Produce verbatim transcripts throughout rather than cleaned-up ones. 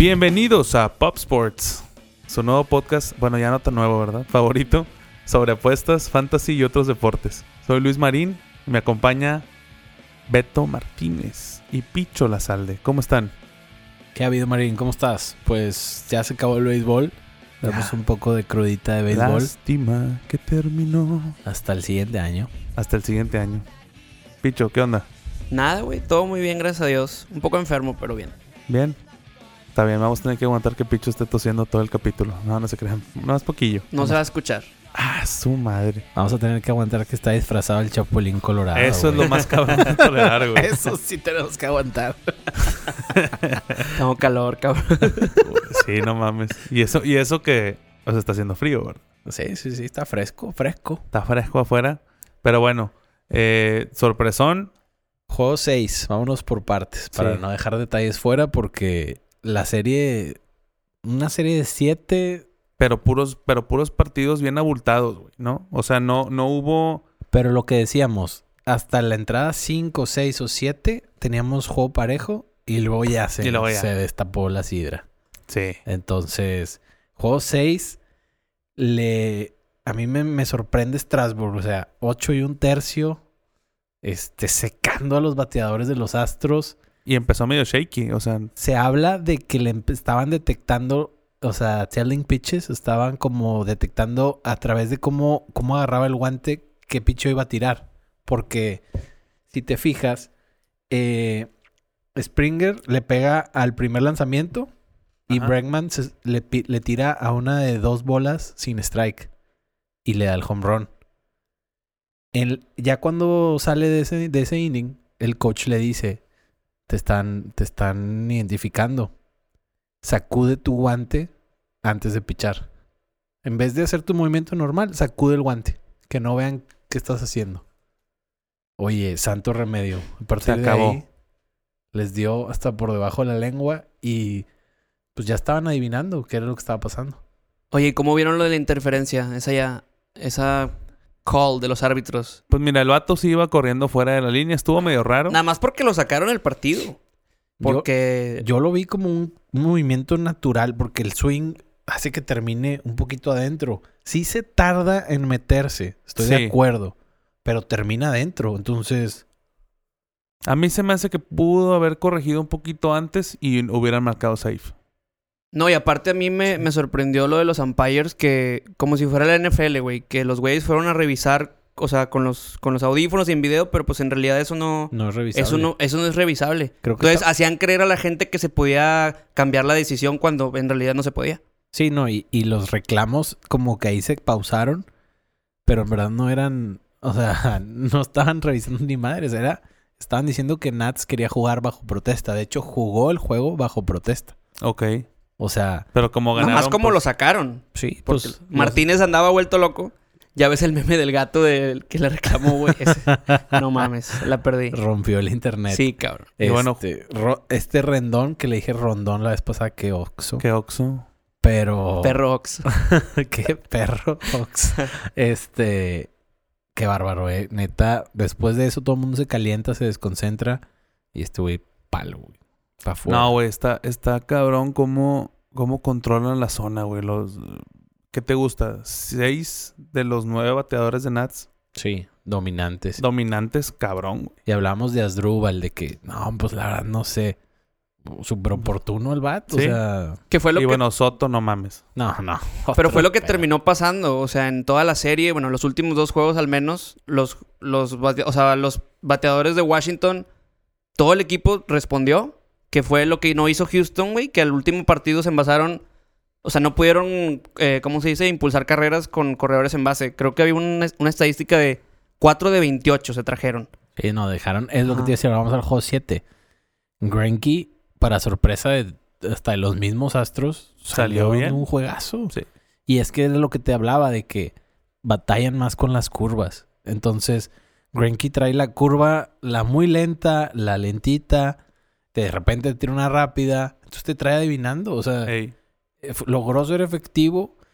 Bienvenidos a Pop Sports, su nuevo podcast, bueno ya no tan nuevo, ¿verdad? Favorito, sobre apuestas, fantasy y otros deportes. Soy Luis Marín y me acompaña Beto Martínez y Picho Lazalde. ¿Cómo están? ¿Qué ha habido, Marín? ¿Cómo estás? Pues ya se acabó el béisbol. Damos un poco de crudita de béisbol. Lástima que terminó. Hasta el siguiente año. Hasta el siguiente año. Picho, ¿qué onda? Nada, güey. Todo muy bien, gracias a Dios. Un poco enfermo, pero bien. ¿Bien? Está bien, vamos a tener que aguantar que Picho esté tosiendo todo el capítulo. No, no se crean. No, es poquillo. No, no se va a escuchar. Ah, su madre. Vamos a tener que aguantar que está disfrazado el Chapulín Colorado. Eso güey. Es lo más cabrón de tolerar, güey. Eso sí tenemos que aguantar. Tengo calor, cabrón. Sí, no mames. Y eso, y eso que o sea, está haciendo frío, ¿verdad? Sí, sí, sí. Está fresco, fresco. Está fresco afuera. Pero bueno, eh, sorpresón. Juego seis. Vámonos por partes. Para Sí. no dejar detalles fuera porque la serie... Una serie de siete... Pero puros, pero puros partidos bien abultados, güey, ¿no? O sea, no, no hubo... Pero lo que decíamos, hasta la entrada cinco, seis o siete teníamos juego parejo y luego ya se, Y luego ya. se destapó la sidra. Sí. Entonces, juego seis, le... a mí me, me sorprende Strasbourg. O sea, ocho y un tercio, este, secando a los bateadores de los Astros. Y empezó medio shaky, o sea... Se habla de que le empe- estaban detectando... O sea, telling pitches, estaban como detectando a través de cómo, cómo agarraba el guante qué picho iba a tirar. Porque si te fijas, eh, Springer le pega al primer lanzamiento y Ajá. Bregman se- le, pi- le tira a una de dos bolas sin strike y le da el home run. El, ya cuando sale de ese, de ese inning, el coach le dice, te están, te están identificando. Sacude tu guante antes de pichar. En vez de hacer tu movimiento normal, sacude el guante. Que no vean qué estás haciendo. Oye, santo remedio. A partir Se de acabó. ahí, les dio hasta por debajo de la lengua y pues ya estaban adivinando qué era lo que estaba pasando. Oye, ¿y cómo vieron lo de la interferencia? Esa ya... Esa call de los árbitros. Pues mira, el vato sí iba corriendo fuera de la línea. Estuvo medio raro. Nada más porque lo sacaron el partido. Porque... Yo lo vi como un, un movimiento natural porque el swing hace que termine un poquito adentro. Sí se tarda en meterse, estoy Sí. de acuerdo, pero termina adentro. Entonces, A mí se me hace que pudo haber corregido un poquito antes y hubieran marcado safe. No, y aparte a mí me, me sorprendió lo de los umpires que... Como si fuera la N F L, güey. Que los güeyes fueron a revisar... O sea, con los, con los audífonos y en video, pero pues en realidad eso no... no es revisable. Eso no, eso no es revisable. Creo que Entonces está- hacían creer a la gente que se podía cambiar la decisión cuando en realidad no se podía. Sí, no, y, y los reclamos como que ahí se pausaron, pero en verdad no eran... O sea, no estaban revisando ni madres, era... Estaban diciendo que Nats quería jugar bajo protesta. De hecho, jugó el juego bajo protesta. Ok. O sea, Pero como ganaron... Nomás como pues, lo sacaron. sí, Porque pues... Martínez andaba vuelto loco. Ya ves el meme del gato del que le reclamó, güey. Ese. No mames, la perdí. rompió el internet. Sí, cabrón. Y bueno- Este, Ro- este Rendón, que le dije Rondón la vez pasada, que Oxo. ¿Qué Oxxo? Pero... Perro Ox. Qué perro, Ox. Este... Qué bárbaro, eh. Neta, después de eso todo el mundo se calienta, se desconcentra. Y este güey, palo, güey. Pa' fuera. No, güey, está, está cabrón cómo, cómo controlan la zona, güey. Los... ¿Qué te gusta? ¿Seis de los nueve bateadores de Nats? Sí, dominantes. Dominantes, cabrón, güey. Y hablamos de Asdrúbal, de que... No, pues la verdad, no sé. Súper oportuno el bat. Sí. O sea... Que fue lo Y que... bueno, Soto, no mames. No, no. Pero Otro fue lo que pedo. terminó pasando. O sea, en toda la serie, bueno, los últimos dos juegos al menos, los, los, bate- o sea, los bateadores de Washington, todo el equipo respondió. Que fue lo que no hizo Houston, güey. Que al último partido se envasaron... O sea, no pudieron, eh, ¿cómo se dice? Impulsar carreras con corredores en base. Creo que había una, una estadística de cuatro de veintiocho se trajeron. Sí, no, dejaron... Es lo que Ajá. te decía, vamos al juego siete. Greinke, para sorpresa de hasta de los mismos Astros, Salió salió, bien. en un juegazo. Sí. Y es que es lo que te hablaba, de que batallan más con las curvas. Entonces, Greinke trae la curva, la muy lenta, la lentita, de repente te tira una rápida, entonces te trae adivinando. O sea, Ey. eh, fu- logró ser efectivo.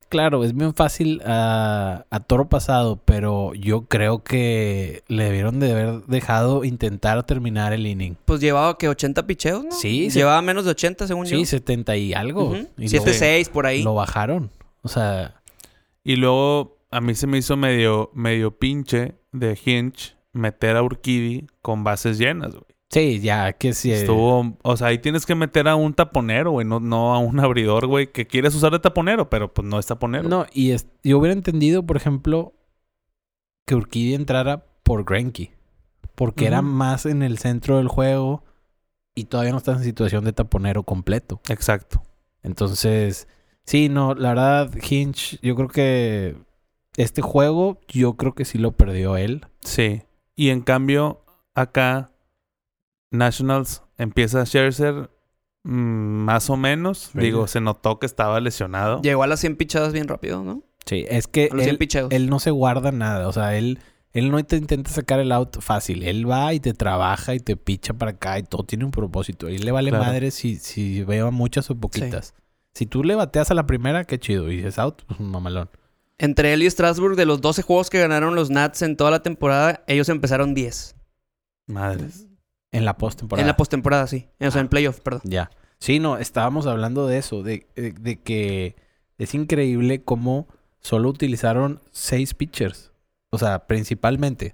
claro, es bien fácil a, a toro pasado, pero yo creo que le debieron de haber dejado intentar terminar el inning. Pues llevaba que ochenta picheos, ¿no? Sí, se- Llevaba menos de ochenta, según yo. Sí, setenta y algo. Ujú. Y siete seis por ahí. lo, lo bajaron. O sea, Y luego a mí se me hizo medio, medio pinche de Hinch meter a Urquidy con bases llenas, güey. sí, ya que si... Estuvo... O sea, ahí tienes que meter a un taponero, güey. No, no a un abridor, güey, que quieres usar de taponero, pero pues no es taponero. No, y es- yo hubiera entendido, por ejemplo, que Urquidy entrara por Greinke. Porque era Ujú. más en el centro del juego y todavía no está en situación de taponero completo. Exacto. Entonces, sí, no, la verdad, Hinch, yo creo que este juego, yo creo que sí lo perdió él. Sí. Y en cambio, acá, Nationals empieza Scherzer mm, más o menos. Sí. Digo, se notó que estaba lesionado. Llegó a las cien pichadas bien rápido, ¿no? Sí, es que A los cien él, picheos. él no se guarda nada. O sea, él, él no te intenta sacar el out fácil. Él va y te trabaja y te picha para acá y todo tiene un propósito. Y le vale Claro. madre si, si veo muchas o poquitas. Si tú le bateas a la primera, qué chido. Y dices out, pues un mamalón. Entre él y Strasburg, de los doce juegos que ganaron los Nats en toda la temporada, ellos empezaron diez. Madres. En la postemporada. En la postemporada, sí. O sea, en playoff, perdón. Ya. Sí, no, estábamos hablando de eso, de, de, de que es increíble cómo solo utilizaron seis pitchers. O sea, principalmente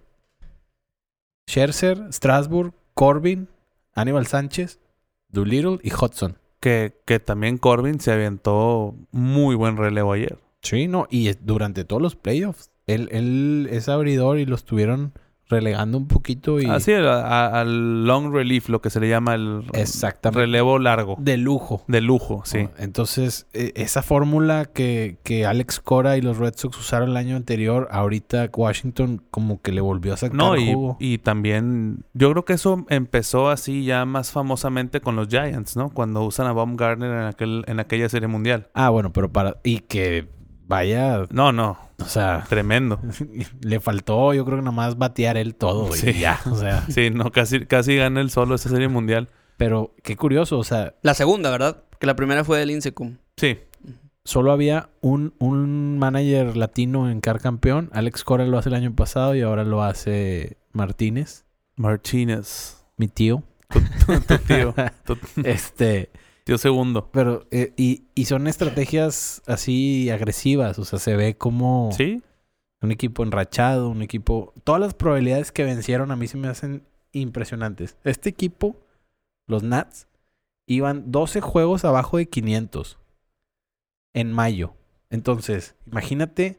Scherzer, Strasburg, Corbin, Aníbal Sánchez, Doolittle y Hudson. Que, que también Corbin se aventó muy buen relevo ayer. Sí, no, y es- durante todos los playoffs, él, él es abridor y lo estuvieron relegando un poquito y Así, a- a- al long relief, lo que se le llama el Exactamente. relevo largo. de lujo. De lujo, sí. ¿no? Entonces, e- esa fórmula que, que Alex Cora y los Red Sox usaron el año anterior, ahorita Washington como que le volvió a sacar No, y, jugo. y también... Yo creo que eso empezó así ya más famosamente con los Giants, ¿no? Cuando usan a Baumgartner en, aquel, en aquella serie mundial. Ah, bueno, pero para... Y que vaya... No, no. O sea, Tremendo. le faltó yo creo que nada más batear él todo. Y Sí. ya, o sea... Sí, no, casi, casi gana el solo esa serie mundial. Pero qué curioso, o sea, La segunda, ¿verdad? Que la primera fue del Insecum. Sí. solo había un, un manager latino en cada campeón. Alex Cora lo hace el año pasado y ahora lo hace Martínez, Martínez. mi tío. Tu tío. Tu Este... tío segundo. Pero, eh, y, y son estrategias así agresivas. O sea, se ve como ¿Sí? un equipo enrachado, un equipo... Todas las probabilidades que vencieron a mí se me hacen impresionantes. Este equipo, los Nats, iban doce juegos abajo de quinientos en mayo. Entonces, imagínate,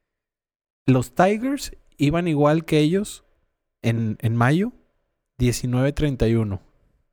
los Tigers iban igual que ellos en, en mayo, diecinueve treinta y uno.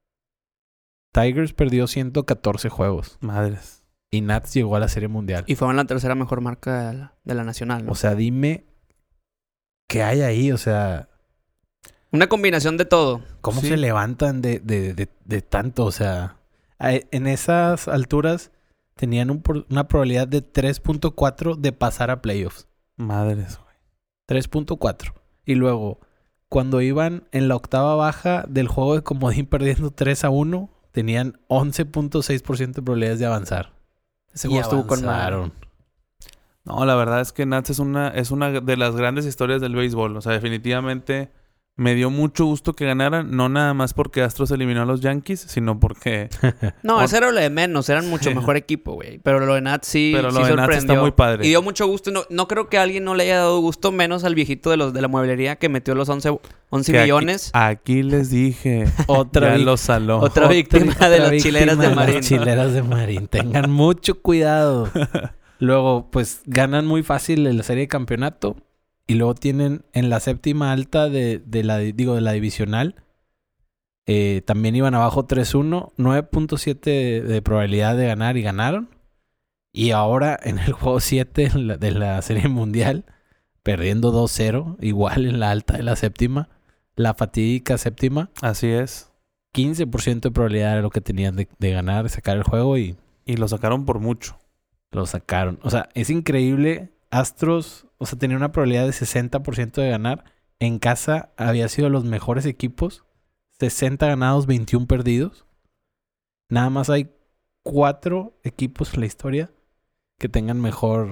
Tigers perdió ciento catorce juegos. Madres. Y Nats llegó a la Serie Mundial. Y fueron la tercera mejor marca de la, de la nacional, ¿no? O sea, dime qué hay ahí. O sea, Una combinación de todo. ¿cómo Sí. se levantan de, de, de, de tanto? O sea, a- en esas alturas tenían un por- una probabilidad de tres punto cuatro de pasar a playoffs. Madres, güey. tres punto cuatro. Y luego, cuando iban en la octava baja del juego de comodín perdiendo tres a uno, tenían once punto seis por ciento de probabilidades de avanzar. Ese Y juego estuvo con avanzaron. No, la verdad es que Nats es una, es una de las grandes historias del béisbol. O sea, definitivamente me dio mucho gusto que ganaran. No nada más porque Astros eliminó a los Yankees, sino porque... No, Por- eso era lo de menos. Eran mucho mejor equipo, güey. Pero lo de Nats sí, Pero lo sí de Nats sorprendió. está muy padre. Y dio mucho gusto. No, no creo que a alguien no le haya dado gusto, menos al viejito de los de la mueblería que metió los once, once que aquí- millones. Aquí, les dije. Otra ya vic- lo saló. Otra víctima Otra de las víctima chileras de las Marín. chileras de Marín. Tengan mucho cuidado. Luego, pues, ganan muy fácil en la serie de campeonato. Y luego tienen en la séptima alta de, de la, digo, de la divisional. eh, también iban abajo tres uno. nueve punto siete de, de probabilidad de ganar y ganaron. Y ahora en el juego siete de la, de la serie mundial, perdiendo dos cero. Igual en la alta de la séptima. La fatídica séptima. Así es. quince por ciento de probabilidad era lo que tenían de, de ganar, de sacar el juego y Y lo sacaron por mucho. lo sacaron. O sea, es increíble. Astros, o sea, tenía una probabilidad de sesenta por ciento de ganar. En casa había sido los mejores equipos. sesenta ganados, veintiuno perdidos. Nada más hay cuatro equipos en la historia que tengan mejor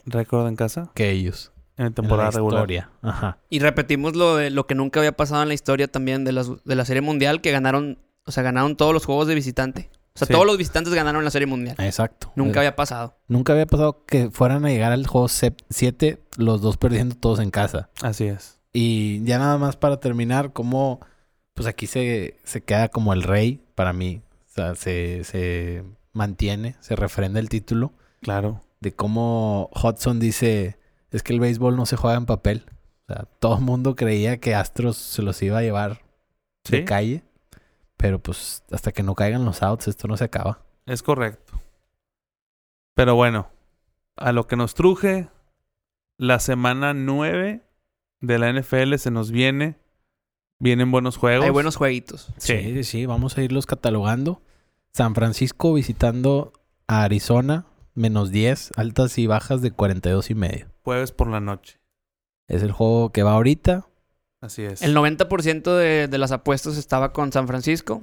récord en casa que ellos. en temporada en la regular. historia. Ajá. Y repetimos lo de lo que nunca había pasado en la historia también de, las, de la Serie Mundial, que ganaron, o sea, ganaron todos los juegos de visitante. O sea, Sí. todos los visitantes ganaron la Serie Mundial. Exacto. Nunca Eh, había pasado. Nunca había pasado que fueran a llegar al juego siete, los dos perdiendo todos en casa. Así es. Y ya nada más para terminar, como pues aquí se, se queda como el rey para mí. O sea, se, se mantiene, se refrenda el título Claro. de cómo Hudson dice, es que el béisbol no se juega en papel. O sea, todo el mundo creía que Astros se los iba a llevar de Sí, calle. Pero pues hasta que no caigan los outs, esto no se acaba. es correcto. Pero bueno, a lo que nos truje, la semana nueve de la N F L se nos viene. Vienen buenos juegos. Hay buenos jueguitos. Sí, sí, sí. Vamos a irlos catalogando. San Francisco visitando a Arizona, menos diez, altas y bajas de cuarenta y dos y medio. Jueves por la noche. Es el juego que va ahorita. Así es. El noventa por ciento de, de las apuestas estaba con San Francisco.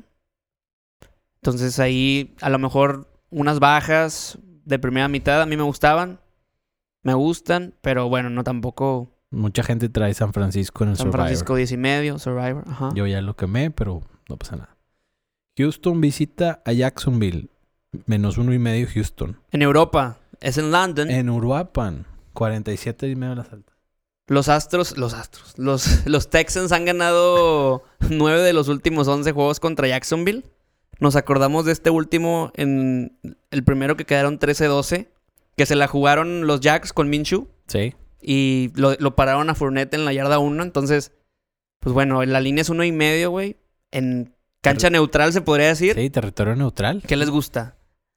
Entonces ahí a lo mejor unas bajas de primera mitad a mí me gustaban. Me gustan, pero bueno, no tampoco. Mucha gente trae San Francisco en el San Survivor. Francisco diez y medio, Survivor. Ajá. Yo ya lo quemé, pero no pasa nada. Houston visita a Jacksonville. Menos uno y medio Houston. En Europa, es en London. En Uruapan, cuarenta y siete y medio las altas. Los Astros, los Astros, los, los Texans han ganado nueve de los últimos once juegos contra Jacksonville. Nos acordamos de este último en el primero que quedaron trece doce, que se la jugaron los Jacks con Minshew Sí. y lo, lo pararon a Fournette en la yarda uno. Entonces, pues bueno, la línea es uno y medio, güey. En cancha neutral se podría decir. Sí, territorio neutral. ¿Qué les gusta?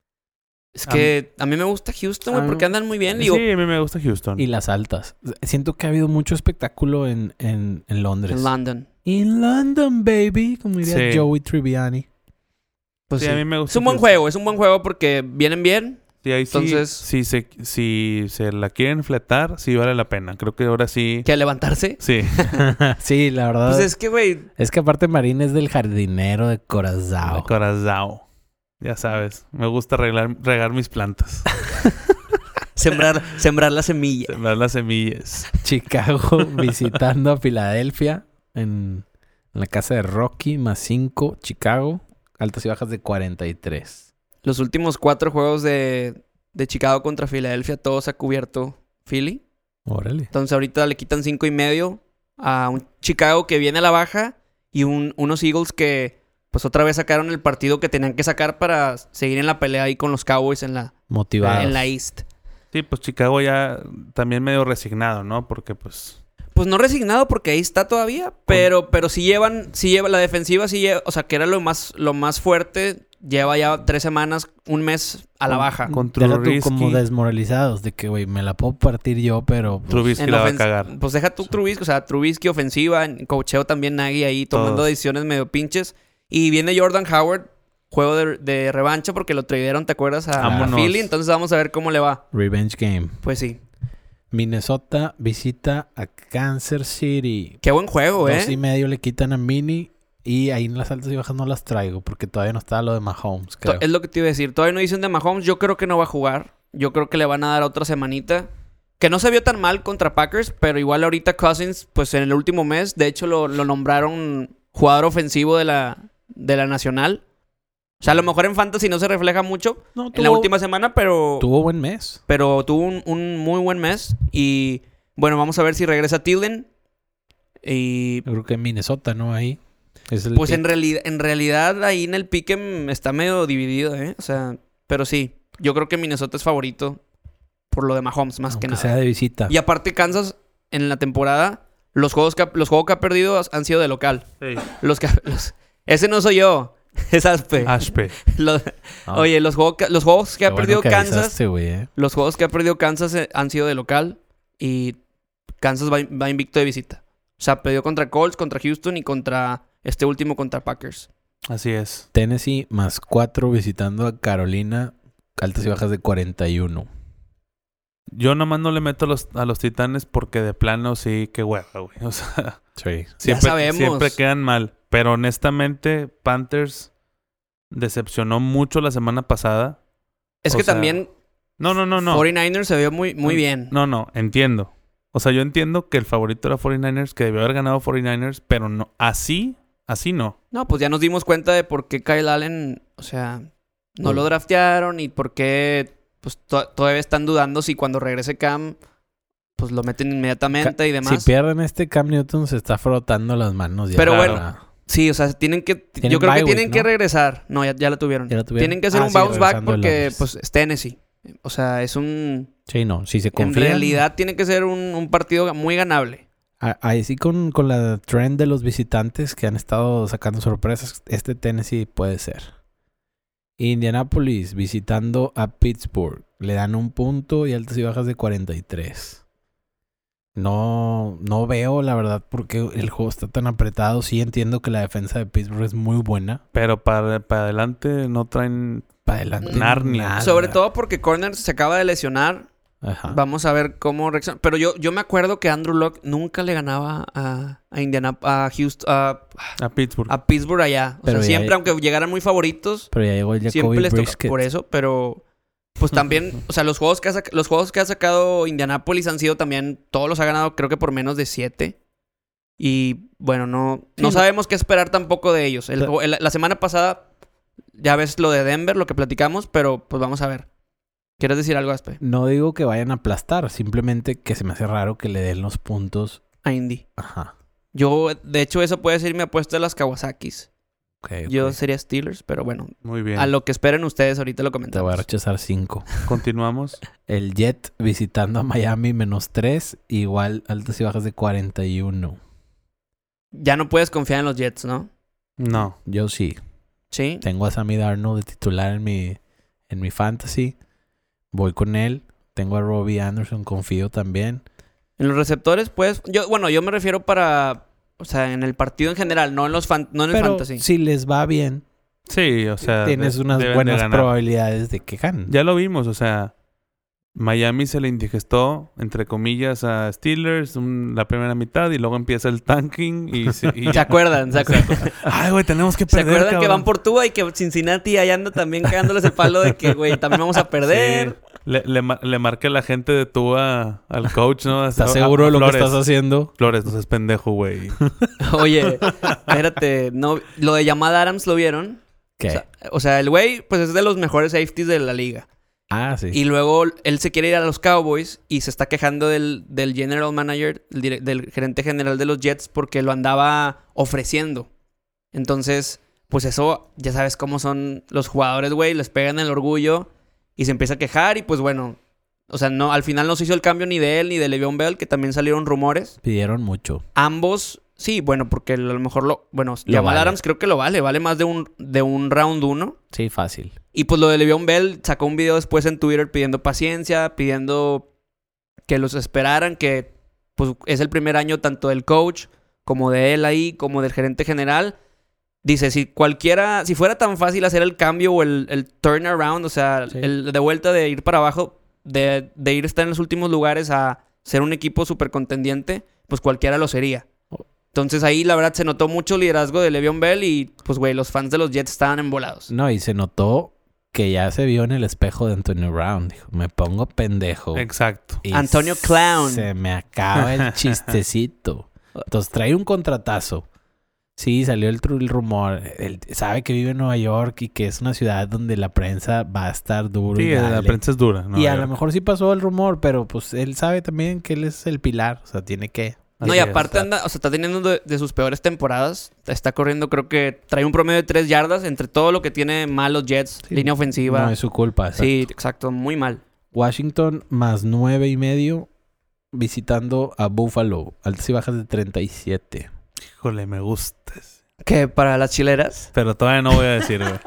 Es A que a mí me gusta Houston, güey, a mí- porque andan muy bien. Digo, Sí, a mí me gusta Houston. Y las altas. Siento que ha habido mucho espectáculo en, en, en Londres. en London. In London, baby. Como diría Sí. Joey Tribbiani. Pues sí, sí. a mí me gusta Es un buen Houston. juego, es un buen juego porque vienen bien. Sí, ahí sí, Entonces- si, se, si se la quieren fletar, sí vale la pena. Creo que ahora sí. Que a levantarse. Sí. Sí, la verdad. Pues es... es que, güey, que aparte Marín es del jardinero de Corazao. De Corazao. Ya sabes, me gusta regar, regar mis plantas. sembrar, sembrar la semilla. Sembrar las semillas. Chicago visitando a Filadelfia en, en la casa de Rocky, más cinco. Chicago, altas y bajas de cuarenta y tres. Los últimos cuatro juegos de, de Chicago contra Filadelfia, todos ha cubierto Philly. Órale. Entonces ahorita le quitan cinco y medio a un Chicago que viene a la baja y un, unos Eagles que pues otra vez sacaron el partido que tenían que sacar para seguir en la pelea ahí con los Cowboys en la, Motivados. en la East. Sí, pues Chicago ya también medio resignado, ¿no? Porque pues... Pues no resignado porque ahí está todavía, pero, pero sí llevan, sí lleva, la defensiva sí lleva, o sea, que era lo más, lo más fuerte, lleva ya tres semanas, un mes a la Con- baja. Con Deja tú Trubisky. como desmoralizados de que, güey, me la puedo partir yo, pero... pues, Trubisky En la va a ofens- cagar. Pues deja tú Trubisky, o sea, Trubisky ofensiva, en coacheo también Nagy ahí tomando Todos. decisiones medio pinches. Y viene Jordan Howard, juego de, de revancha porque lo trajeron, ¿te acuerdas? A, a Vámonos. Philly, entonces vamos a ver cómo le va. Revenge game. Pues sí. Minnesota visita a Kansas City. Qué buen juego, Dos y ¿eh? medio le quitan a Mini. Y ahí en las altas y bajas no las traigo porque todavía no está lo de Mahomes, To- creo. Es lo que te iba a decir. Todavía no dicen de Mahomes. Yo creo que no va a jugar. Yo creo que le van a dar otra semanita. Que no se vio tan mal contra Packers, pero igual ahorita Cousins, pues en el último mes, de hecho lo, lo nombraron jugador ofensivo de la, de la Nacional. O sea, a lo mejor en Fantasy no se refleja mucho No, en la última semana, pero Tuvo buen mes. pero tuvo un, un muy buen mes. Y bueno, vamos a ver si regresa Thielen. Y Yo creo que en Minnesota, ¿no? Ahí. Es el pues pick. en, reali- en realidad ahí en el pique está medio dividido, ¿eh? O sea, pero sí, yo creo que Minnesota es favorito por lo de Mahomes, más Aunque que nada. sea de visita. Y aparte Kansas, en la temporada, los juegos que ha, los juegos que ha perdido han sido de local. Sí. Los que, los- ese no soy yo, es Aspe. Ashpe. Los- Ah, Oye, los, juegos que- los juegos que qué ha bueno perdido que Kansas, avisaste, güey, ¿eh? los juegos que ha perdido Kansas eh, han sido de local y Kansas va, va invicto de visita. O sea, perdió contra Colts, contra Houston y contra este último contra Packers. Así es. Tennessee más cuatro visitando a Carolina. Altas y bajas de cuarenta y uno. Yo nomás no le meto a los, a los Titanes porque de plano sí, qué hueva, güey. O sea, Sí. siempre, sabemos. siempre quedan mal. Pero honestamente, Panthers decepcionó mucho la semana pasada. Es O que sea- también No, no, no, no. cuarenta y nueve ers se vio muy, muy bien. No, no, entiendo. O sea, yo entiendo que el favorito era cuarenta y nueve ers, que debió haber ganado cuarenta y nueve ers, pero no, así, así no. No, pues ya nos dimos cuenta de por qué Kyle Allen, o sea, no Mm. lo draftearon y por qué pues to- todavía están dudando si cuando regrese Cam, pues lo meten inmediatamente Ca- y demás. Si pierden este, Cam Newton se está frotando las manos ya. Pero Claro. bueno, sí, o sea, tienen que... Tienen Yo creo que bye tienen week, que ¿no? regresar. No, ya, ya la tuvieron. ¿Ya la tuvieron? Tienen que hacer Ah, un sí, bounce back regresando de porque, Londres. pues, es Tennessee. O sea, es un... Sí, no. Si se En confían... realidad tiene que ser un, un partido muy ganable. a- Ahí sí con, con la trend de los visitantes que han estado sacando sorpresas, este Tennessee puede ser. Indianapolis visitando a Pittsburgh. Le dan un punto y altas y bajas de cuarenta y tres. No, no veo, la verdad, porque el juego está tan apretado. Sí entiendo que la defensa de Pittsburgh es muy buena. Pero para, para adelante no traen... Para adelante. Narnia. nada. Sobre todo porque Corner se acaba de lesionar. Ajá. Vamos a ver cómo reacciona. Pero yo, yo me acuerdo que Andrew Luck nunca le ganaba a, a Indiana, a Houston, a, A Pittsburgh. a Pittsburgh allá. O Pero sea, ya- siempre, aunque llegaran muy favoritos, Pero ya llegó el siempre Jacoby les toca Brisket. por eso. Pero pues también, o sea, los juegos que ha, sac- los juegos que ha sacado Indianapolis han sido también, todos los ha ganado creo que por menos de siete. Y bueno, no, Sí, no no. sabemos qué esperar tampoco de ellos. El- Pero- el- la semana pasada ya ves lo de Denver, lo que platicamos, pero pues vamos a ver. ¿Quieres decir algo, Aspe? No digo que vayan a aplastar, simplemente que se me hace raro que le den los puntos. A Indy. Ajá. Yo, de hecho, eso puede ser mi apuesta de las Kawasakis. Ok, ok. Yo sería Steelers, pero bueno, Muy bien. a lo que esperen ustedes, ahorita lo Te voy comentamos. a rechazar cinco. Continuamos. El Jet visitando a Miami menos tres, igual altas y bajas de cuarenta y uno. Ya no puedes confiar en los Jets, ¿no? No. Yo sí. Sí. Tengo a Sammy Darnold de titular en mi, en mi fantasy. Voy con él. Tengo a Robbie Anderson, confío también. En los receptores, pues, yo, bueno, yo me refiero para, o sea, en el partido en general, no en los fan- no en el Pero fantasy. si les va bien, Sí, o sea... tienes de- unas deben de buenas ganar. probabilidades de que ganen. Ya lo vimos, o sea... Miami se le indigestó, entre comillas, a Steelers un- la primera mitad y luego empieza el tanking y... se- y- ¿Se acuerdan? ¿Se acuerdan? Ay, güey, tenemos que ¿Se perder, acuerdan que cabrón. van por Tua y que Cincinnati ahí anda también cagándoles el palo de que, güey, también vamos a perder? Sí. Le, le, ma- le marqué la gente de Tua al coach, ¿no? ¿Estás A- seguro a de lo Flores. que estás haciendo? Flores, no seas pendejo, güey. Oye, espérate, no, lo de Jamal Adams, ¿lo vieron? ¿Qué? O sea, o sea, el güey, pues es de los mejores safeties de la liga. ah, sí. Y luego él se quiere ir a los Cowboys y se está quejando del, del general manager, el dire- del gerente general de los Jets, porque lo andaba ofreciendo. Entonces, pues eso, ya sabes cómo son los jugadores, güey, les pegan el orgullo y se empieza a quejar y pues bueno, o sea, no, al final no se hizo el cambio ni de él ni de Le'Veon Bell, que también salieron rumores. Pidieron mucho. Ambos, sí, bueno, porque a lo mejor lo, bueno, Lo Jamal vale. Adams creo que lo vale, vale más de un, de un round uno. Sí, fácil. Y pues lo de Le'Veon Bell sacó un video después en Twitter pidiendo paciencia, pidiendo que los esperaran, que pues es el primer año tanto del coach como de él ahí, como del gerente general. Dice, si cualquiera, si fuera tan fácil hacer el cambio o el, el turnaround, o sea, Sí. el de vuelta de ir para abajo, de, de ir a estar en los últimos lugares a ser un equipo súper contendiente, pues cualquiera lo sería. Entonces ahí la verdad se notó mucho liderazgo de Le'Veon Bell y pues güey, los fans de los Jets estaban embolados. No, y se notó que ya se vio en el espejo de Antonio Brown. Dijo, me pongo pendejo. Exacto. Y Antonio Clown. Se me acaba el chistecito. Entonces trae un contratazo. Sí, salió el, tru- el rumor. Él sabe que vive en Nueva York y que es una ciudad donde la prensa va a estar duro. Sí, y la dale. prensa es dura. ¿no? y a Yo- lo mejor sí pasó el rumor, pero pues él sabe también que él es el pilar. O sea, tiene que... No, Así y es, aparte o sea, anda, o sea, está teniendo de, de sus peores temporadas. Está corriendo, creo que trae un promedio de tres yardas entre todo lo que tiene mal los Jets, Sí, línea ofensiva. No es su culpa. exacto. Sí, exacto, muy mal. Washington más nueve y medio visitando a Buffalo. Altas y bajas de treinta y siete. Híjole, me gustas. ¿Qué? ¿Para las chileras? Pero todavía no voy a decir, güey.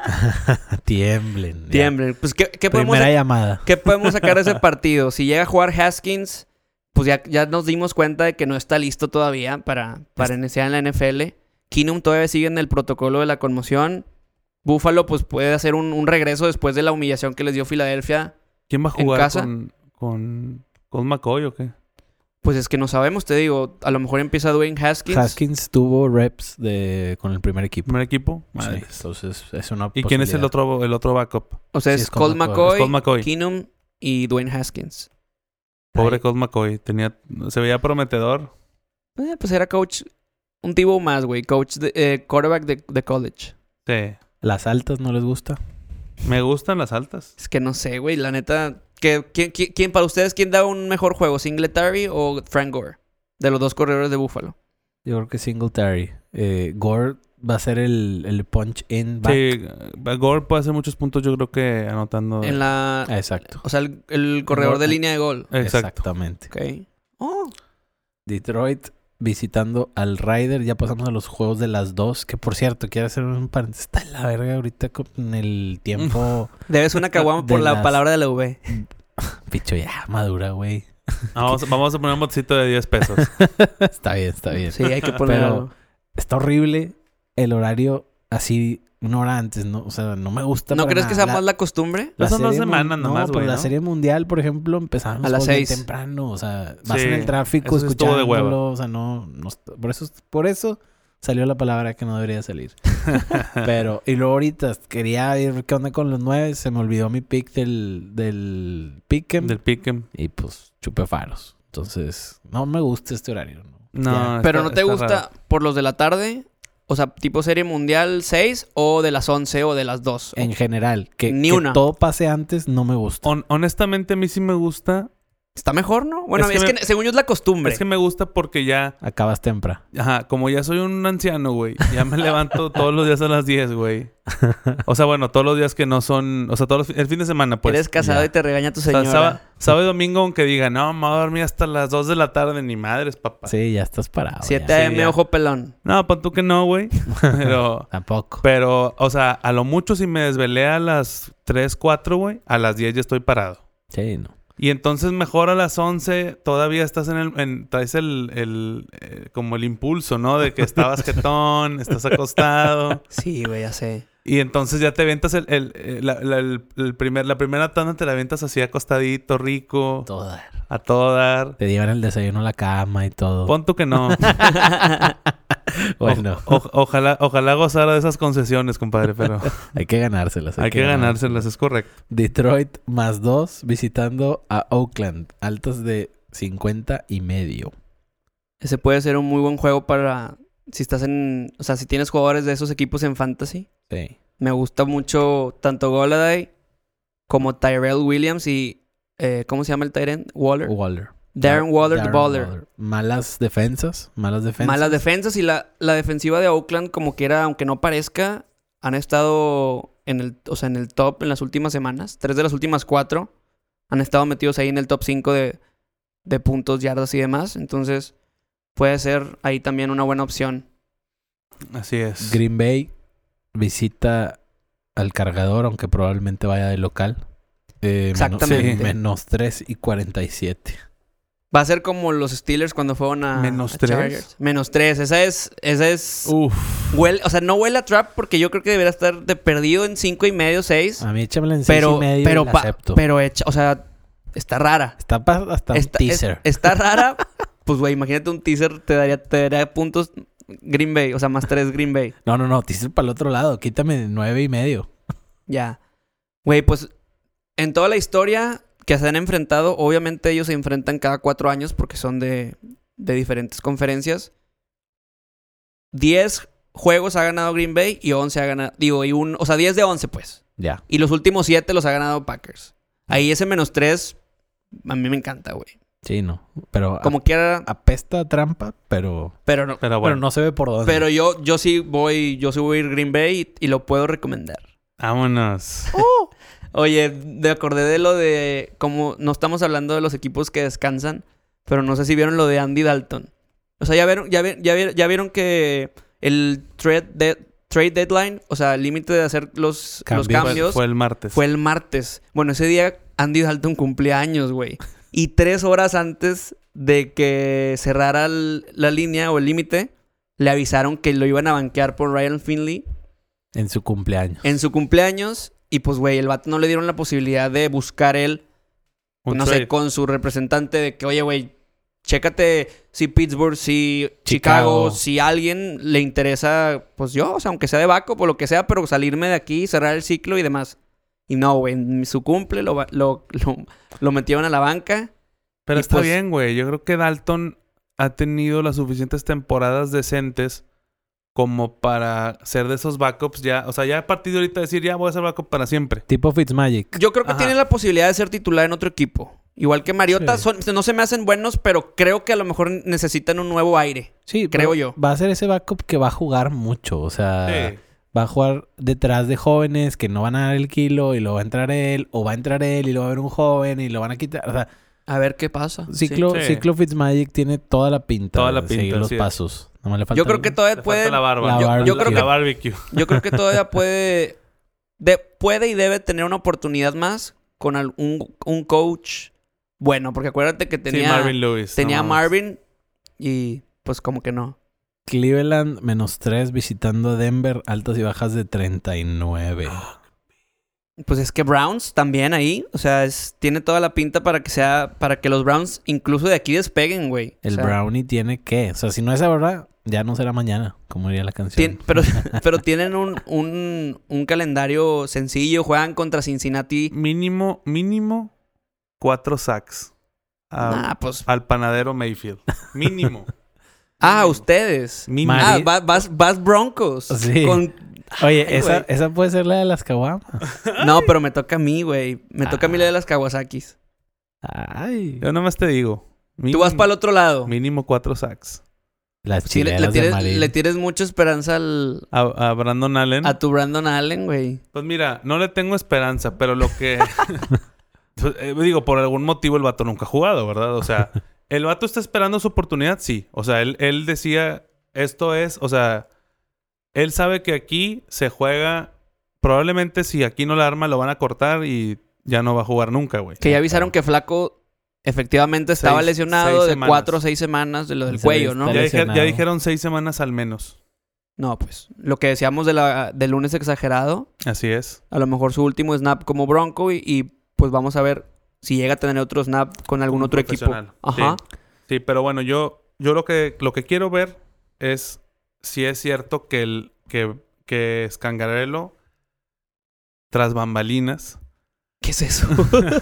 Tiemblen. ya. Tiemblen. Pues, ¿qué, qué podemos, Primera llamada. ¿qué podemos sacar de ese partido? Si llega a jugar Haskins, pues ya, ya nos dimos cuenta de que no está listo todavía para, para iniciar en la N F L. Keenum todavía sigue en el protocolo de la conmoción. Buffalo, pues puede hacer un, un regreso después de la humillación que les dio Filadelfia. ¿Quién va a ¿En jugar casa? con, con, con McCoy o qué? Pues es que no sabemos, te digo. A lo mejor empieza Dwayne Haskins. Haskins tuvo reps de, con el primer equipo. ¿Primer equipo? Sí, Madres. entonces es una ¿Y quién es el posibilidad. otro, el otro backup? O sea, Sí, es es Colt Colt McCoy. McCoy, Es Colt McCoy. Keenum y Dwayne Haskins. Pobre Ay. Colt McCoy. Tenía, se veía prometedor. Eh, pues era coach, un tipo más, güey. Coach, de, eh, quarterback de, de college. Sí. ¿Las altas no les gusta? Me gustan las altas. Es que no sé, güey. La neta, ¿qué, quién, quién, quién- para ustedes, quién da un mejor juego? ¿Singletary o Frank Gore? De los dos corredores de Buffalo. Yo creo que Singletary. Eh, Gore va a ser el, el punch in back. Sí, Gore puede hacer muchos puntos, yo creo que anotando. En la... Exacto. O sea, el, el corredor Gore- de línea de gol. Exacto. Exactamente. Ok. Oh. Detroit visitando al Ryder. Ya pasamos a los juegos de las dos. Que por cierto, quiero hacer un paréntesis. Está en la verga ahorita con el tiempo. Debes una caguama por De la las- palabra de la V. Picho, ya, madura, güey. Vamos, vamos a poner un botecito de diez pesos. Está bien, está bien. Sí, hay que ponerlo. Pero está horrible el horario así una hora antes, ¿no? O sea, no me gusta. ¿No para crees que nada. sea más la costumbre? La Son dos serie semanas mun- nomás, no, güey, pero la ¿no? serie mundial, por ejemplo, empezamos A las bien seis. temprano. O sea, vas Sí, en el tráfico eso sí estuvo de escuchándolo. hueva. O sea, no, no est- por eso, por eso salió la palabra que no debería salir. Pero, y luego ahorita quería ir, ¿qué onda con los nueve? Se me olvidó mi pick del, del Pick'em. Del Pick'em. Y pues, chupé faros. Entonces, no me gusta este horario, ¿no? No, Ya. Pero está- ¿no te está gusta raro. por los de la tarde? O sea, tipo serie mundial seis o de las once o de las dos. En general, que, Ni que una. todo pase antes no me gusta. Hon- honestamente, a mí sí me gusta. Está mejor, ¿no? Bueno, Es es que que, me- según yo es la costumbre. Es que me gusta porque ya... Acabas temprano. Ajá, como ya soy un anciano, güey. Ya me levanto todos los días a las diez, güey. O sea, bueno, todos los días que no son... O sea, todos los fi- el fin de semana, pues. Eres casado ya. y te regaña tu O sea, señora. sábado, sábado y domingo, aunque diga, no, me voy a dormir hasta las dos de la tarde. Ni madres, papá. Sí, ya estás parado. siete ya. a eme, Sí, ya. ojo pelón. No, pon tú que no, güey. Pero... Tampoco. Pero, o sea, a lo mucho si me desvelé a las tres, cuatro, güey, a las diez ya estoy parado. Sí, no. Y entonces mejor a las once todavía estás en el... En, traes el... el eh, como el impulso, ¿no? De que estabas jetón, estás acostado. Sí, güey, ya sé. Y entonces ya te avientas el... el, el- la, la- el- el primer, la primera tanda te la avientas así acostadito, rico, Todo dar. a todo dar. Te llevan el desayuno a la cama y todo. Pon tú que no. Bueno, O- o- ojalá, ojalá gozara de esas concesiones, compadre, pero hay que ganárselas. hay que ganárselas, es correcto. Detroit más dos visitando a Oakland. Altas de cincuenta y medio. Ese puede ser un muy buen juego para... Si estás en... O sea, si tienes jugadores de esos equipos en fantasy. Sí. Me gusta mucho tanto Golladay como Tyrell Williams y... eh, ¿Cómo se llama el tight end? Waller. Waller. Darren Waller, the Darren baller. Waller. Malas defensas. Malas defensas. Malas defensas y la, la defensiva de Oakland, como quiera, aunque no parezca, han estado en el, o sea, en el top en las últimas semanas. Tres de las últimas cuatro han estado metidos ahí en el top cinco de, de puntos, yardas y demás. Entonces, puede ser ahí también una buena opción. Así es. Green Bay visita al cargador, aunque probablemente vaya de local. Eh, Exactamente. Menos, menos tres y cuarenta y siete. Va a ser como los Steelers cuando fueron a... ¿Menos a tres? Chargers. Menos tres. Esa es... Esa es... Uf. Huele, o sea, no huele a trap porque yo creo que debería estar de perdido en cinco y medio, seis. A mí échamela en seis pero, y medio pero, y la pa- acepto. pero hecha, o sea, está rara. Está pa- hasta Está, un teaser. es- está rara. Pues, güey, imagínate un teaser, te daría, te daría puntos Green Bay, o sea, más tres Green Bay. No, no, no. Teaser para el otro lado. Quítame nueve y medio. Ya. Güey, pues, en toda la historia que se han enfrentado, obviamente ellos se enfrentan cada cuatro años porque son de, de diferentes conferencias. Diez juegos ha ganado Green Bay y once ha ganado... Digo, y un... O sea, diez de once, pues. Ya. Y los últimos siete los ha ganado Packers. Ahí ese menos tres, a mí me encanta, güey. Sí, no. Pero a- Como quiera, apesta a trampa, pero... pero no. Pero bueno, Pero no se ve por dónde. Pero yo, yo sí voy, yo sí voy a ir Green Bay y, y lo puedo recomendar. vámonos. Oye, me acordé de lo de... Como no estamos hablando de los equipos que descansan, pero no sé si vieron lo de Andy Dalton. O sea, ya vieron, ya, vi- ya, vi- ya vieron que el trade, de- trade deadline, o sea, el límite de hacer los Cambios. los cambios, Fue el martes. fue el martes. Bueno, ese día Andy Dalton cumplía años, güey. Y tres horas antes de que cerrara el- la línea o el límite, le avisaron que lo iban a banquear por Ryan Finley En su cumpleaños. en su cumpleaños. Y pues, güey, el vato no le dieron la posibilidad de buscar él, Un no trade. sé, con su representante de que, oye, güey, chécate si Pittsburgh, si Chicago, Chicago. si a alguien le interesa, pues yo, o sea, aunque sea de backup o lo que sea, pero salirme de aquí, cerrar el ciclo y demás. Y no, güey, en su cumple lo, va- lo, lo, lo metieron a la banca. Pero Y está pues- bien, güey. Yo creo que Dalton ha tenido las suficientes temporadas decentes como para ser de esos backups ya. O sea, ya a partir de ahorita decir, ya voy a ser backup para siempre. Tipo Fitzmagic. Yo creo que Ajá. tiene la posibilidad de ser titular en otro equipo. Igual que Mariota, Sí. son, no se me hacen buenos, pero creo que a lo mejor necesitan un nuevo aire. Sí, creo pero yo. Va a ser ese backup que va a jugar mucho. O sea, va a jugar detrás de jóvenes que no van a dar el kilo y lo va a entrar él. O va a entrar él y lo va a ver un joven y lo van a quitar. O sea, A ver qué pasa. Ciclo, Sí. Ciclo Fitzmagic tiene toda la pinta Toda la de pinta, seguir los así es. pasos. Nomás le Sí. falta Yo creo el- que todavía Le puede... falta la barba. La yo, barba. yo creo La que, barbecue. yo creo que todavía puede... de- puede y debe tener una oportunidad más con al- un, un coach bueno. Porque acuérdate que tenía... sí, Marvin Lewis. tenía no a mames. Marvin y pues como que no. Cleveland menos tres visitando Denver. Altas y bajas de treinta y nueve. Pues es que Browns también ahí, o sea, es, tiene toda la pinta para que sea, para que los Browns incluso de aquí despeguen, güey. El O sea, Brownie tiene que. O sea, si no es ahora, ya no será mañana, como diría la canción. tien- pero, pero tienen un, un, un calendario sencillo, juegan contra Cincinnati. Mínimo, mínimo cuatro sacks. A- Ah, pues. Al panadero Mayfield. Mínimo. Ah, ustedes. Mínimo. Mari- Ah, vas, vas, vas Broncos. Sí. Con- Oye, Ay, esa, güey. esa puede ser la de las caguamas. No, pero me toca a mí, güey. Me toca a mí la de las Kawasakis. Ay. Yo nomás te digo. Tú Mínimo, vas para el otro lado. Mínimo cuatro sacks. Las Sí, le, le chileras de tienes, Marín. le tienes mucha esperanza al, A, a Brandon Allen. a tu Brandon Allen, güey. Pues mira, no le tengo esperanza, pero lo que... Pues, eh, digo, por algún motivo el vato nunca ha jugado, ¿verdad? O sea, ¿el vato está esperando su oportunidad? Sí. O sea, él, él decía, esto es... O sea, él sabe que aquí se juega... Probablemente si aquí no la arma lo van a cortar y ya no va a jugar nunca, güey. Que ya avisaron que Flaco efectivamente estaba Seis- lesionado seis de semanas. cuatro o seis semanas de lo del Se cuello, le ¿no? está Ya, dije- lesionado. ya dijeron seis semanas al menos. No, pues lo que decíamos de la, del lunes exagerado, Así es. a lo mejor su último snap como Bronco y, y, pues vamos a ver si llega a tener otro snap con algún Como otro equipo. profesional. Ajá. Sí. Sí, pero bueno, yo, yo lo que lo que quiero ver es si es cierto que el que, que Scangarello tras bambalinas. ¿Qué es eso?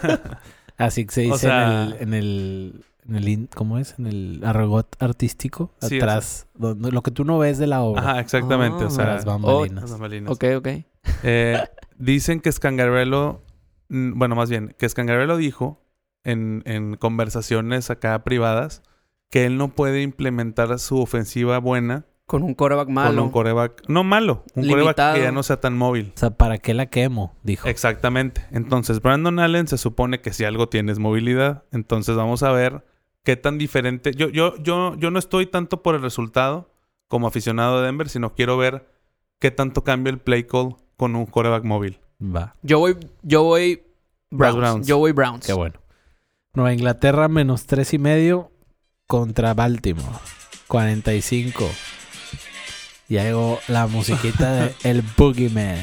Así que se dice O sea- en el... En el... En el in- ¿Cómo es? En el argot artístico. Sí, o atrás. donde- lo que tú no ves de la obra. Ajá, exactamente. Ah, o sea, Tras bambalinas. las bambalinas. ok, ok. Eh, dicen que Scangarello, mm, bueno, más bien, que Scangarello dijo en, en conversaciones acá privadas que él no puede implementar su ofensiva buena Con un quarterback malo. con un coreback, no malo, un coreback Limitado. que ya no sea tan móvil. O sea, ¿para qué la quemo? Dijo. Exactamente. Entonces, Brandon Allen se supone que si algo tiene es movilidad. Entonces, vamos a ver qué tan diferente. Yo, yo, yo, yo no estoy tanto por el resultado como aficionado de Denver, sino quiero ver qué tanto cambia el play call con un quarterback móvil. Va. Yo voy, yo voy Vas Browns. Browns. Yo voy Browns. Qué bueno. Nueva Inglaterra menos tres y medio contra Baltimore. cuarenta y cinco. Ya llegó la musiquita de El Boogeyman.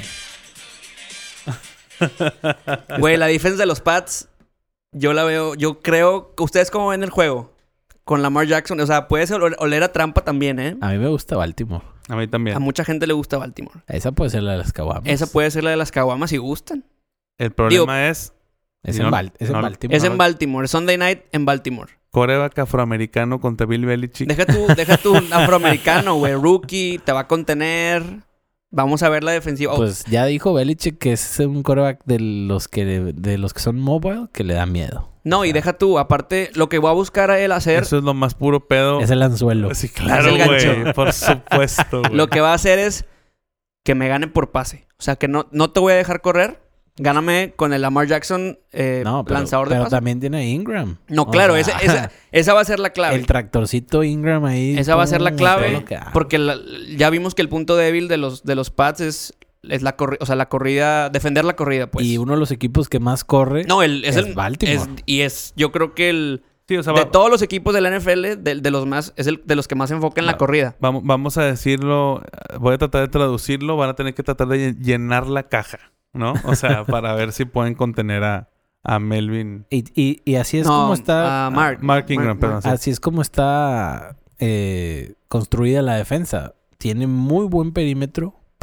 Güey, la defensa de los Pats, yo la veo, yo creo, ¿ustedes cómo ven el juego? Con Lamar Jackson, o sea, puede ser ol- oler a trampa también, ¿eh? A mí me gusta Baltimore. A mí también. A mucha gente le gusta Baltimore. Esa puede ser la de las caguamas. Esa puede ser la de las caguamas si gustan. El problema es Es, y en, no- Bal- es en no- Baltimore. Es en Baltimore, Sunday night en Baltimore. coreback afroamericano contra Bill Belichick. Deja tu, deja tu afroamericano, güey, rookie, te va a contener. Vamos a ver la defensiva. Oh, Pues ya dijo Belichick que es un quarterback de los que de los que son mobile que le da miedo. no, y deja tú, aparte, lo que va a buscar a él hacer, Eso es lo más puro pedo. Es el anzuelo. Sí, claro, Es el gancho. güey. Por supuesto, güey. lo que va a hacer es que me gane por pase. O sea, que no, no te voy a dejar correr. Gáname con el Lamar Jackson eh, No, pero, lanzador de pero pase. también tiene a Ingram. No, O claro, sea, esa, esa, esa va a ser la clave. el tractorcito Ingram ahí. Esa va a ser la pum, clave, todo lo que haga. Porque la- ya vimos que el punto débil de los, de los Pats es, es la corrida, o sea, la corrida, defender la corrida, pues. Y uno de los equipos que más corre no, el, es, es el Baltimore. es- y es, yo creo que el Sí, o sea, de va- todos los equipos de la N F L, de, de los más, es el de los que más se enfoca en la Va- corrida. Vamos, vamos a decirlo, eh, voy a tratar de traducirlo, van a tener que tratar de lle- llenar la caja, ¿no? O sea, para ver si pueden contener a, a Melvin. y, y, y así es No, como está. a Mark. Mark Ingram, perdón. sí. Así es como está eh, construida la defensa. Tiene muy buen perímetro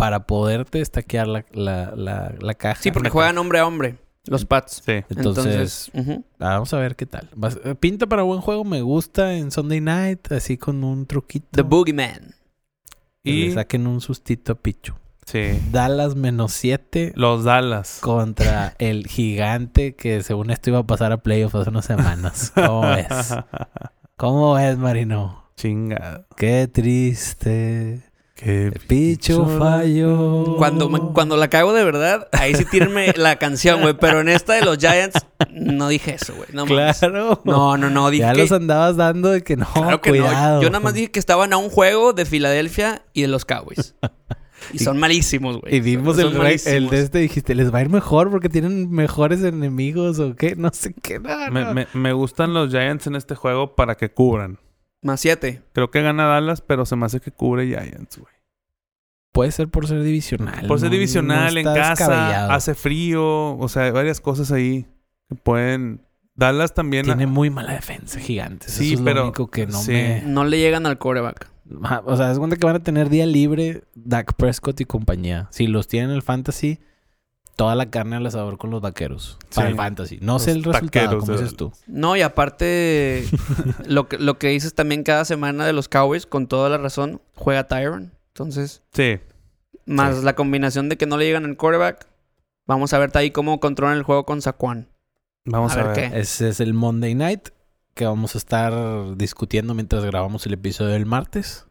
para poderte estaquear la, la, la, la caja. Sí, porque juegan hombre a hombre, los Pats. Sí. Entonces, Entonces, uh-huh. vamos a ver qué tal. Vas- Pinta para buen juego, me gusta en Sunday Night, así con un truquito. The Boogeyman. Que Y le saquen un sustito a Pichu. sí, Dallas menos siete los Dallas. contra el gigante que según esto iba a pasar a playoffs hace unas semanas. ¿Cómo ves? ¿Cómo ves, Marino? Chingado. Qué triste. Qué El Pichu falló. Cuando, me- cuando la cago de verdad, ahí sí tírenme la canción, güey. Pero en esta de los Giants, no dije eso, güey. No mames. Claro. No, no, no. Dije Ya que... los andabas dando de que no, Claro que cuidado. no. Yo nada más dije que estaban a un juego de Filadelfia y de los Cowboys. Y son malísimos, güey. Y vimos Son el, rey- el malísimos. de este, dijiste, ¿les va a ir mejor porque tienen mejores enemigos o qué? No sé qué. No, Me, no. me, me gustan los Giants en este juego para que cubran. Más siete. Creo que gana Dallas, pero se me hace que cubre Giants, güey. Puede ser por ser divisional. Por ser no- divisional, no en está casa, descabellado. hace frío. O sea, hay varias cosas ahí que pueden... Dallas también... Tiene muy mala defensa, gigantes. Sí, Eso es pero- lo único que no sí. me... No le llegan al quarterback. Ajá, o sea, es cuenta que van a tener día libre Dak Prescott y compañía. Si los tienen en el fantasy, toda la carne al asador con los vaqueros. Para Sí. el fantasy. No Los sé el resultado, taqueros como de dices tú. No, y aparte, lo, que, lo que dices también cada semana de los Cowboys, con toda la razón, juega Tyron. Entonces, Sí. más Sí. la combinación de que no le llegan al quarterback, vamos a ver ahí cómo controlan el juego con Saquon. Vamos A a, ver ver. qué. Ese es el Monday Night que vamos a estar discutiendo mientras grabamos el episodio del martes.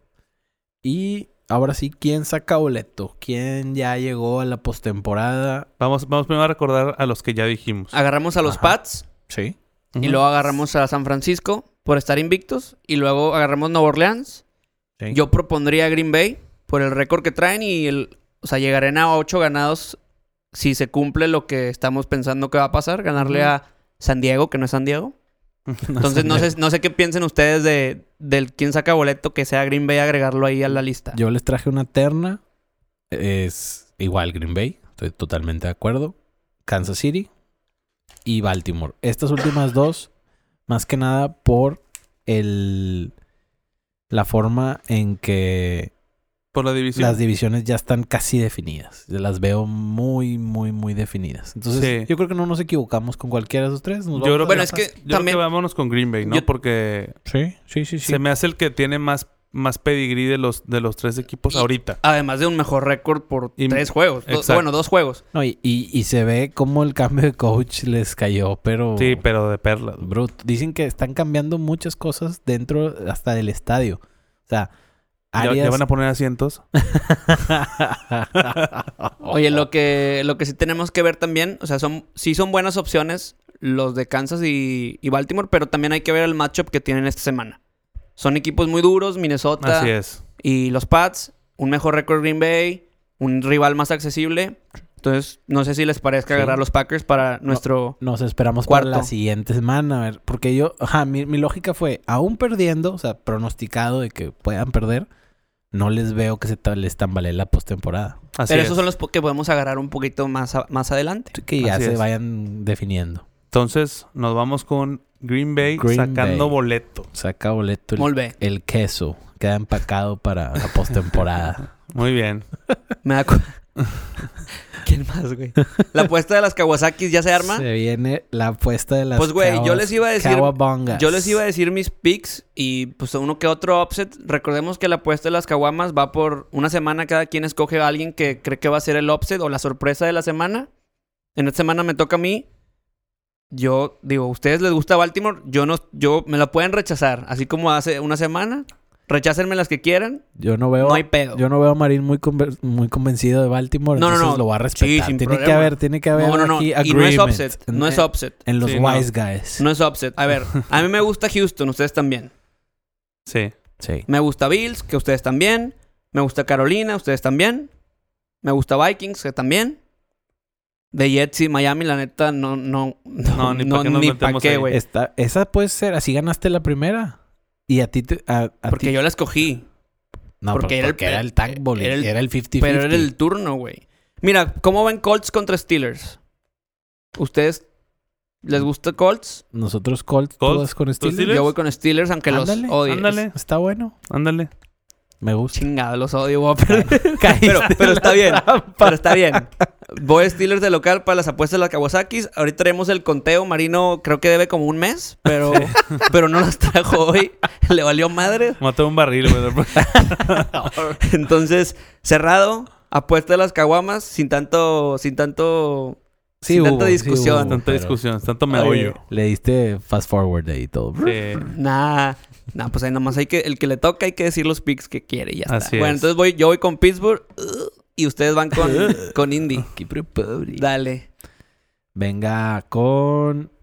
Y ahora sí, ¿quién saca boleto? ¿Quién ya llegó a la postemporada? Vamos, vamos primero a recordar a los que ya dijimos. Agarramos a los Ajá. Pats Sí. y luego agarramos a San Francisco por estar invictos y luego agarramos Nueva Orleans. Sí. Yo propondría a Green Bay por el récord que traen y el, o sea, llegarán a ocho ganados si se cumple lo que estamos pensando que va a pasar, ganarle Ujú. a San Diego, que no es San Diego. Entonces no sé, no sé qué piensen ustedes de del quién saca boleto que sea Green Bay, agregarlo ahí a la lista. Yo les traje una terna. Es igual Green Bay. Estoy totalmente de acuerdo. Kansas City y Baltimore. Estas últimas dos, más que nada por el la forma en que Por la división. las divisiones ya están casi definidas. Las veo muy, muy, muy definidas. Entonces, Sí. yo creo que no nos equivocamos con cualquiera de esos tres. Nos Yo vamos creo a Bueno, la es que fácil. Yo también creo que vámonos con Green Bay, ¿no? Yo- Porque Sí, sí, sí, sí. se me hace el que tiene más, más pedigrí de los, de los tres equipos Y- ahorita. además de un mejor récord por Y- tres juegos. Do- exacto. bueno, dos juegos. No, y, y, y se ve como el cambio de coach les cayó, pero... Sí, pero de perlas. Bruto. Dicen que están cambiando muchas cosas dentro hasta del estadio. O sea, ¿Ya, áreas... ya van a poner asientos? Oye, lo que, lo que sí tenemos que ver también, o sea, son, sí son buenas opciones los de Kansas y, y Baltimore, pero también hay que ver el matchup que tienen esta semana. Son equipos muy duros, Minnesota Así es. y los Pats, un mejor récord Green Bay, un rival más accesible. Entonces, no sé si les parezca Sí. agarrar los Packers para nuestro... Nos esperamos Cuarto. para la siguiente semana. A ver, porque yo... Ajá, mi, mi lógica fue, aún perdiendo, o sea, pronosticado de que puedan perder, no les veo que se ta- les tambalee la postemporada. Así Pero es. esos son los po- que podemos agarrar un poquito más, a- más adelante. Así que ya Así se es. vayan definiendo. Entonces, nos vamos con Green Bay Green sacando Bay. boleto. Saca boleto el, Muy bien. el queso. Queda empacado para la postemporada. Muy bien. Me da cu- ¿Quién más, güey? La apuesta de las Kawasakis ya se arma. Se viene la apuesta de las Pues, güey, yo Kawas- les iba a decir- Kawabongas. Yo les iba a decir mis picks y pues uno que otro upset. Recordemos que la apuesta de las caguamas va por una semana. Cada quien escoge a alguien que cree que va a ser el upset o la sorpresa de la semana. En esta semana me toca a mí. Yo digo, ¿a ustedes les gusta Baltimore? Yo no, yo me la pueden rechazar. Así como hace una semana. Rechácenme las que quieran. Yo no veo, No hay pedo. yo no veo a Marín muy, conver- muy convencido de Baltimore, No, no, entonces no. lo va a Sí, respetar. sin tiene que problema. haber, tiene que haber No, no, no. aquí Y no es agreement upset. No en- es upset. En los Sí, no. wise guys. No es upset. A ver, a mí me gusta Houston. Ustedes también. Sí. Sí. Me gusta Bills, que ustedes también. Me gusta Carolina, ustedes también. Me gusta Vikings, que también. De Jets y Miami, la neta, no, no, no, No, ni no, pa' qué nos ni pa' metemos qué, ahí. güey. Esta- esa puede ser, así ganaste la primera. Y a ti te, a, a Porque ti- yo la escogí, no, porque porque, era el- porque era el tank bowling, era el- era el cincuenta pero cincuenta. era el turno, güey. Mira, ¿cómo ven Colts contra Steelers? ¿Ustedes les gusta Colts? Nosotros Colts, Colts, todas con ¿tú Steelers. Steelers? Yo voy con Steelers, aunque Ándale, los odies. ándale. Está bueno. Ándale. Me gusta. Chingado, los odio, voy a perder. Caíste pero, pero en está la bien. trampa. Pero está bien. Voy a Steelers de local para las apuestas de las Kawasakis. Ahorita traemos el conteo. Marino creo que debe como un mes, pero, pero no las trajo hoy. Le valió madre. Maté un barril, güey. Entonces, cerrado. Apuesta de las caguamas sin tanto... Sin tanto... Sí sin hubo, tanta sí discusión. hubo. Tanta pero- discusión, tanto me Oye, oyo. Le diste fast forward ahí y todo. Sí. Nah, nah, pues ahí nomás hay que... El que le toca hay que decir los picks que quiere y ya está. Así Bueno, es. entonces voy, yo voy con Pittsburgh uh, y ustedes van con, con Indy. Qué pobre. Dale. Venga con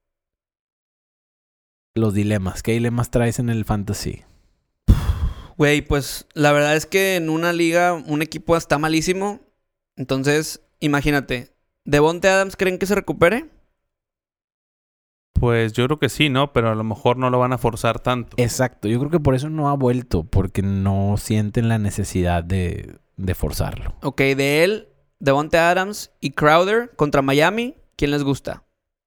los dilemas. ¿Qué dilemas traes en el fantasy? Güey, pues la verdad es que en una liga un equipo está malísimo. Entonces, imagínate. ¿Devonte Adams creen que se recupere? Pues yo creo que sí, ¿no? Pero a lo mejor no lo van a forzar tanto. Exacto. Yo creo que por eso no ha vuelto. Porque no sienten la necesidad de, de forzarlo. Ok, de él, Devonte Adams y Crowder contra Miami. ¿Quién les gusta?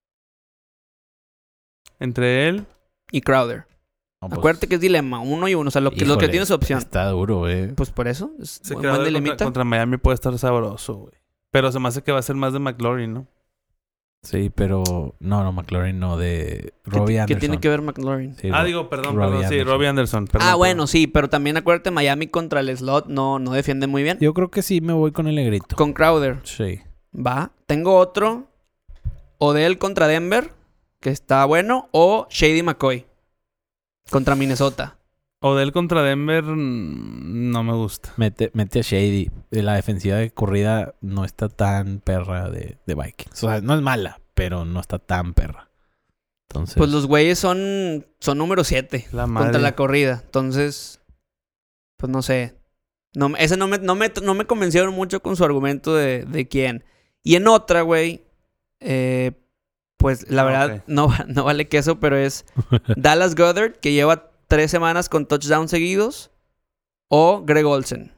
Entre él, Y Crowder. No, pues, Acuérdate que es dilema. Uno y uno. O sea, lo que, lo que híjole, tienes opción. Está duro, eh. Pues por eso. Es se buen, queda buen contra, dilemita. contra Miami puede estar sabroso, güey. Pero se me hace que va a ser más de McLaurin, ¿no? Sí, pero... No, no, McLaurin no. De ¿Qué, Robbie ti- Anderson. ¿Qué tiene que ver McLaurin? Sí, Ah, Ro- digo, perdón, Robbie perdón. Sí, Anderson. Robbie Anderson. Perdón, Ah, perdón. bueno, sí. Pero también acuérdate, Miami contra el slot no, no defiende muy bien. Yo creo que sí me voy con el negrito. Con Crowder. Sí. Va. Tengo otro. Odell contra Denver. Que está bueno. O Shady McCoy. Contra Minnesota. Odell contra Denver mm, no me gusta. Mete, mete a Shady. La defensiva de corrida no está tan perra de, de Vikings. O sea, no es mala, pero no está tan perra. Entonces... Pues los güeyes son, son número siete. La madre. Contra la corrida. Entonces, pues no sé. No, ese no me, no, me, no me convencieron mucho con su argumento de, de quién. Y en otra, güey, eh, pues la Ah, verdad ok. no, no vale queso, pero es Dallas Goedert, que lleva tres semanas con touchdowns seguidos, o Greg Olsen.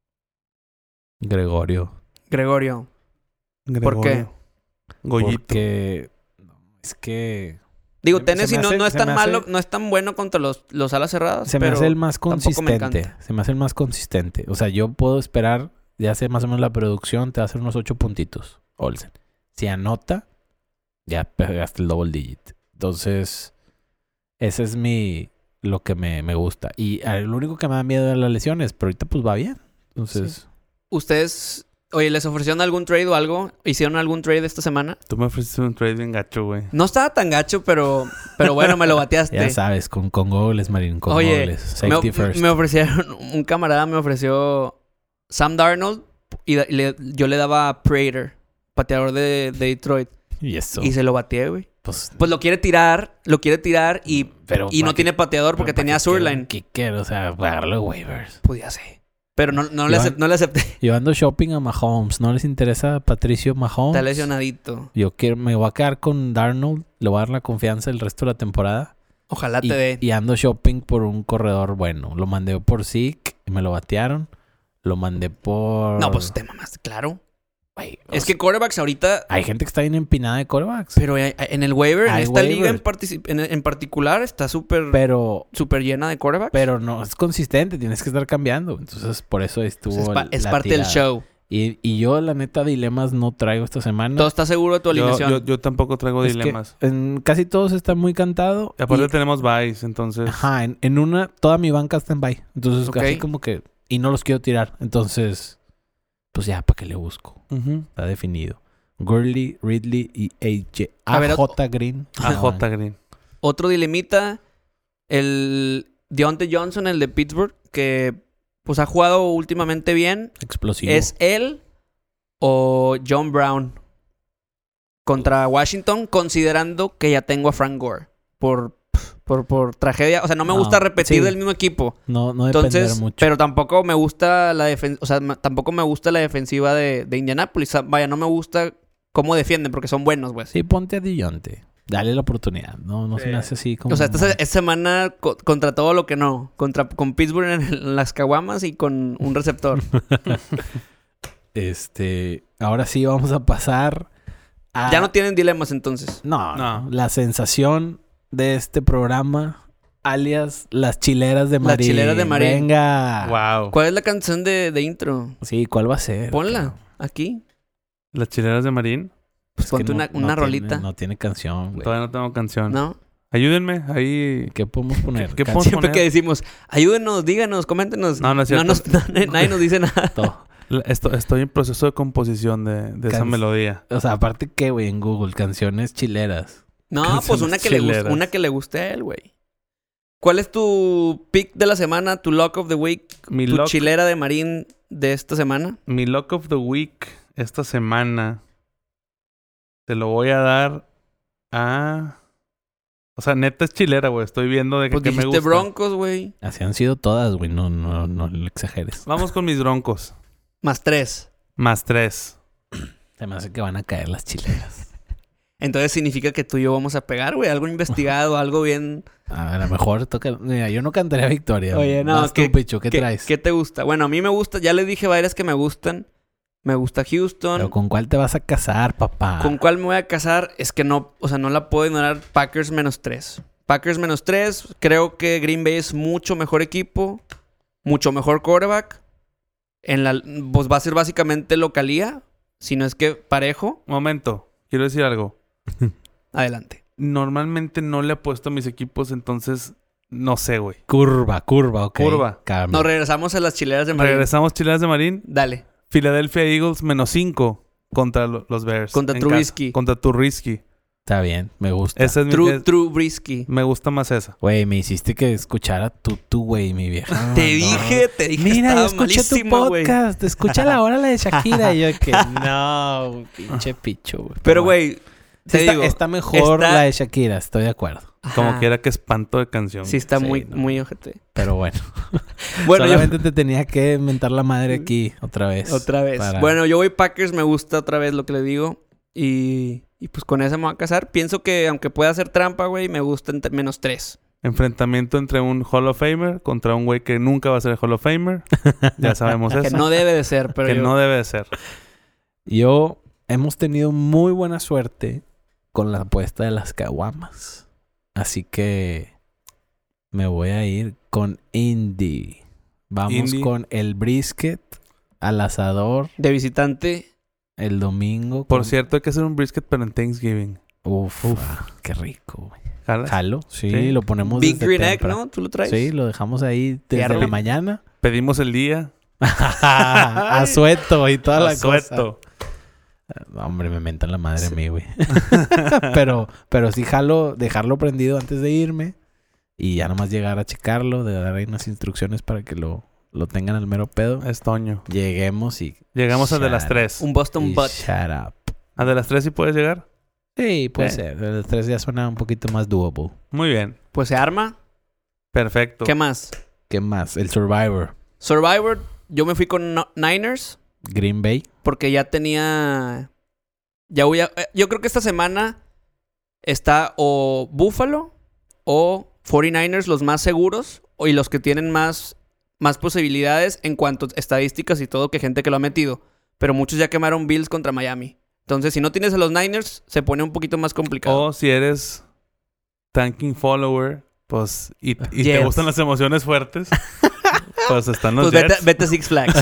Gregorio. Gregorio. ¿Por qué? Gregorio. Goyito. Porque... no, es que... Digo, Se me- Tennessee se me no, hace- no es se tan me malo, hace- no es tan bueno contra los, los alas cerradas. Se me pero hace el más tampoco me consistente. encanta. Se me hace el más consistente. O sea, yo puedo esperar, ya sé más o menos la producción, te va a hacer unos ocho puntitos, Olsen. Si anota, ya pegaste el double digit. Entonces, ese es mi... lo que me, me gusta. Y eh, lo único que me da miedo es las lesiones, pero ahorita pues va bien. Entonces, ¿Ustedes, oye, les ofrecieron algún trade o algo? ¿Hicieron algún trade esta semana? Tú me ofreciste un trade bien gacho, güey. No estaba tan gacho, pero, pero bueno, me lo bateaste. ya sabes, con, con goles, Marín, con Oye, goles. Safety me, first. me ofrecieron, un camarada me ofreció Sam Darnold y, da- y le- yo le daba a Prater, pateador de, de Detroit. Y eso. Y se lo bateé, güey. Pues, Pues lo quiere tirar, lo quiere tirar y, pero y no ¿para tiene qué- pateador porque pero tenía a ¿para qué quiero Surline. un kicker? O sea, pagarlo de waivers. Podía ser. Pero no, no, le, Yo- acep- no le acepté. Yo ando shopping a Mahomes. ¿No les interesa Patricio Mahomes? Está lesionadito. Yo quiero, me voy a quedar con Darnold. Le voy a dar la confianza el resto de la temporada. Ojalá Y, te dé. y ando shopping por un corredor bueno. Lo mandé por Zeke y me lo batearon. Lo mandé por... No, pues te mamaste, claro. Güey, o Es sea, que quarterbacks ahorita... hay gente que está bien empinada de quarterbacks. Pero hay- en el waiver, en Hay esta liga en, waiver. partici- en, en particular, está súper Pero, súper llena de quarterbacks. pero no es consistente. Tienes que estar cambiando. Entonces, por eso estuvo Pues es pa- es la parte del tirada. show. Y, y yo, la neta, dilemas no traigo esta semana. ¿Todo está seguro de tu Yo, alineación? yo, yo tampoco traigo Es que dilemas. en casi todos está muy cantado. Y aparte y- tenemos buys, entonces... Ajá, en, en una, toda mi banca está en bye. Entonces, Ok. casi como que... Y no los quiero tirar. Entonces, pues ya, ¿para qué le busco? Ujú. Está definido. Gurley, Ridley y A J. A ver, A J Green. A J Green. Otro dilemita, el Deontay Johnson, el de Pittsburgh, que pues ha jugado últimamente bien. Explosivo. ¿Es él o John Brown contra Washington, considerando que ya tengo a Frank Gore por, por, por tragedia? O sea, no me No, gusta repetir sí. del mismo equipo. No, no depender Entonces, mucho. pero tampoco me gusta la defensa, o sea, ma- tampoco me gusta la defensiva de, de Indianapolis. O sea, vaya, no me gusta cómo defienden porque son buenos, güey. Sí, ponte a Dillonte. Dale la oportunidad. No, no se me hace así como... O sea, esta, esta semana co- contra todo lo que no. Contra, con Pittsburgh en, el- en las caguamas y con un receptor. Este... Ahora sí vamos a pasar a... Ya no tienen dilemas entonces. No, No. no. La sensación de este programa alias Las Chileras de Las Marín. Chileras de Marín. Venga. Wow. ¿Cuál es la canción de, de intro? Sí, ¿cuál va a ser? Ponla, aquí. Las chileras de Marín. Pues que Ponte no- una, no una tiene- rolita. no tiene canción, güey. Todavía no tengo canción. ¿No? Ayúdenme, ahí. ¿Qué podemos poner? ¿Qué- qué Canción. podemos Siempre poner? que decimos, ayúdenos, díganos, coméntenos. No, no es cierto. nos- nadie nos dice nada. Todo. La- esto- estoy en proceso de composición de, de esa Can- melodía. O sea, aparte que, güey, en Google, canciones chileras. No, Canciones pues una que, le guste, chileras. una que le guste a él, güey. ¿Cuál es tu pick de la semana, tu lock of the week, Mi tu lock, chilera de Marín de esta semana? mi lock of the week esta semana te lo voy a dar a... O sea, neta es chilera, güey. Estoy viendo de que, Pues que me dijiste gusta. Broncos, güey. Así han sido todas, güey. No, no, no le exageres. Vamos con mis broncos. Más tres. Más tres. Se me hace que van a caer las chileras. Entonces significa que tú y yo vamos a pegar, güey. Algo investigado, algo bien... A lo mejor toca... Mira, yo no cantaría victoria. Oye, no, Vas ¿qué- tú, Picho, ¿qué, ¿Qué, traes? ¿Qué te gusta? Bueno, a mí me gusta... Ya les dije varias que me gustan. Me gusta Houston. Pero ¿con cuál te vas a casar, papá? ¿Con cuál me voy a casar? Es que no... O sea, no la puedo ignorar. Packers menos tres. Packers menos tres. Creo que Green Bay es mucho mejor equipo. Mucho mejor quarterback. En la... Pues va a ser básicamente localía. Si no es que parejo. Momento. Quiero decir algo. Adelante. Normalmente no le apuesto a mis equipos, entonces no sé, güey. Curva, curva, ok. Curva. Cambio. Nos regresamos a las chileras de Marín. Regresamos chileras de Marín. Dale. Philadelphia Eagles menos cinco contra lo- los Bears. Contra en Trubisky. casa. Contra Trubisky. Está bien, me gusta. Esa es mi... True, es- True Brisky. me gusta más esa. Güey, me hiciste que escuchara tú, tú, güey, mi vieja. Te No. dije, te dije que Mira, yo estaba escuché tu malísima, güey. podcast. Escucha la hora la de Shakira. Y yo que no, pinche picho, güey. Pero, bueno. güey, Sí, te está, digo... está mejor está- la de Shakira, estoy de acuerdo. Como Ajá. quiera que espanto de canción. Sí, está Sí, muy, no. muy ojete. Pero bueno. Bueno, yo- Solamente te tenía que mentar la madre aquí otra vez. Otra vez. para- Bueno, yo voy Packers, me gusta otra vez lo que le digo. Y, y pues con esa me voy a casar. Pienso que aunque pueda hacer trampa, güey, me gusta entre menos tres. Enfrentamiento entre un Hall of Famer contra un güey que nunca va a ser Hall of Famer. Ya sabemos eso. Que no debe de ser, pero Que yo- no debe de ser. Yo hemos tenido muy buena suerte con la apuesta de las caguamas. Así que me voy a ir con Indy. Vamos Indy. con el brisket al asador de visitante. el domingo. Por con- cierto, hay que hacer un brisket pero en Thanksgiving. Uf, ah, qué rico, güey. ¿Jalas? Jalo, sí, Sí. lo ponemos Big desde Green Egg, temprano. ¿no? ¿Tú lo traes? Sí, lo dejamos ahí desde Fierro. la mañana. Pedimos el día. A sueto y toda la cosa. Asueto. No, hombre, me mentan la madre a mí, güey. pero, pero sí jalo dejarlo prendido antes de irme. Y ya nomás llegar a checarlo, de dar ahí unas instrucciones para que lo, lo tengan al mero pedo. Es Toño. Lleguemos y... Llegamos al de las Shut tres. Un Boston y Butt. shut up. ¿Al de las tres sí puedes llegar? Sí, puede Sí. ser. El tres ya suena un poquito más doable. Muy bien. Pues se arma. Perfecto. ¿Qué más? ¿Qué más? El Survivor. Survivor, yo me fui con no- Niners. Green Bay. Porque ya tenía... Ya voy a... eh, Yo creo que esta semana está o Buffalo o cuarenta y nueve ers los más seguros o- y los que tienen más, más posibilidades en cuanto a estadísticas y todo que gente que lo ha metido. Pero muchos ya quemaron Bills contra Miami. Entonces, si no tienes a los Niners, se pone un poquito más complicado. O si eres tanking follower, pues, y, y te Jets. gustan las emociones fuertes, pues están los Pues vete, Jets. vete a Six Flags.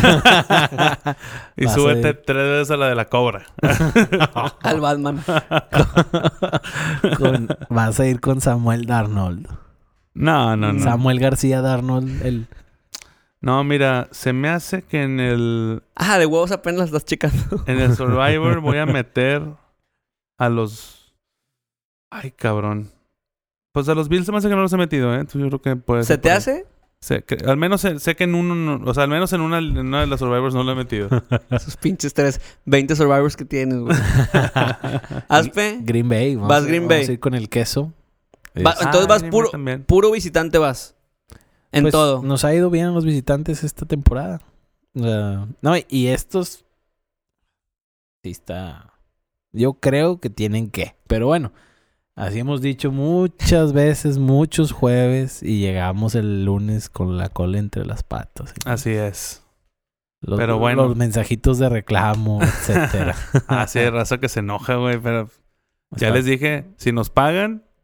Y Vas a súbete ir. tres veces a la de la cobra. al Batman. Con- vas a ir con Samuel Darnold. No, no, no. Samuel García Darnold. El... No, mira, se me hace que en el, Ah, de huevos apenas las estás checando. en el Survivor voy a meter a los... Ay, cabrón. Pues a los Bills se me hace que no los he metido, ¿eh? Entonces yo creo que puede ¿Se ser te por ahí. hace? Sé que- al menos sé, sé que en uno... no- o sea, al menos en una, en una de las Survivors no lo he metido. Esos pinches tres, veinte Survivors que tienes, güey. Aspe, Green Bay. Vamos, Vas a- Green vamos Bay. a ir con el queso. Va- Es- entonces Ah, vas Green Bay puro, también. puro visitante vas. En pues, todo. Nos ha ido bien a los visitantes esta temporada. O sea, no, y estos... Sí está... Yo creo que tienen que. Pero bueno, así hemos dicho muchas veces, muchos jueves, y llegamos el lunes con la cola entre las patas. Así es. Los, pero bueno. Los mensajitos de reclamo, etcétera. Así hay raza que se enoja, güey, pero ya Está- les dije, si nos pagan,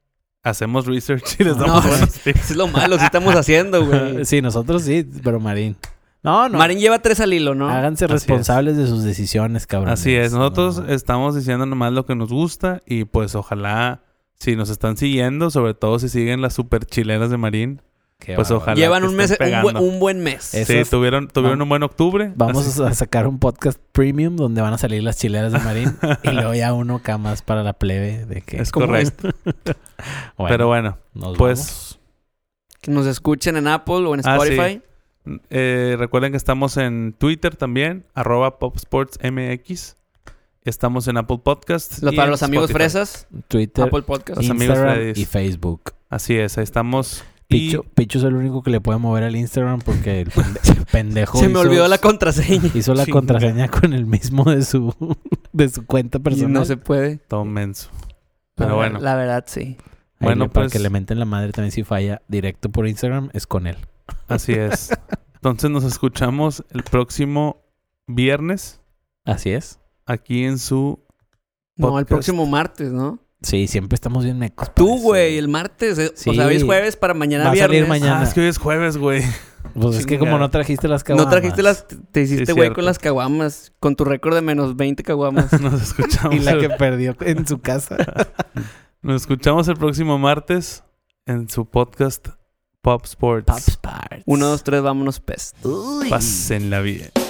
hacemos research y les No, damos buenos picks. Eso es lo malo, sí estamos haciendo, güey. Sí, nosotros sí, pero Marín. No, no. Marín lleva tres al hilo, ¿no? Háganse Así responsables de sus decisiones, cabrón. Así es. Nosotros No. estamos diciendo nomás lo que nos gusta y pues ojalá, si nos están siguiendo, sobre todo si siguen las super chileras de Marín, Qué pues bárbaro. ojalá Llevan que un mes, estén un, buen- pegando. un buen mes. Es- Sí, Esos- tuvieron, tuvieron Vamos- un buen octubre. Vamos así- a sacar un podcast premium donde van a salir las chileras de Marín y luego ya uno acá más para la plebe de que... Es como correcto. Bueno, Pero bueno, nos pues vamos. Que nos escuchen en Apple o en Ah, sí. Spotify. eh, recuerden que estamos en Twitter también, arroba popsportsmx. Estamos en Apple Podcast. Lo- y para en los amigos Spotify. fresas, Twitter, Apple Podcast. Los amigos Instagram Freddy's. y Facebook. Así es, ahí estamos. Y Picho, Picho es el único que le puede mover al Instagram porque el pende- pendejo Se me hizo- olvidó la contraseña. hizo la Chinga. contraseña con el mismo de su de su cuenta Y personal. no se puede. todo menso. La Pero ver- bueno, La verdad, sí. Ahí Bueno, le- para pues- que le menten la madre también si falla directo por Instagram es con él. así es. Entonces nos escuchamos el próximo viernes Así es. aquí en su No, el podcast. próximo martes, ¿no? Sí, siempre estamos bien mecos. Tú, para eso. güey, el martes. eh, Sí. O sea, hoy es jueves para mañana Va a salir viernes. mañana. Ah, es que hoy es jueves, güey. Pues es que como Chinga. no trajiste las caguamas. No trajiste las... Te hiciste Sí, güey cierto. con las caguamas. Con tu récord de menos veinte caguamas. Nos escuchamos. Y la el- que perdió en su casa. Nos escuchamos el próximo martes en su podcast Pop Sports. Pop Sparks. Uno, dos, tres, vámonos, pest. Pásenla bien.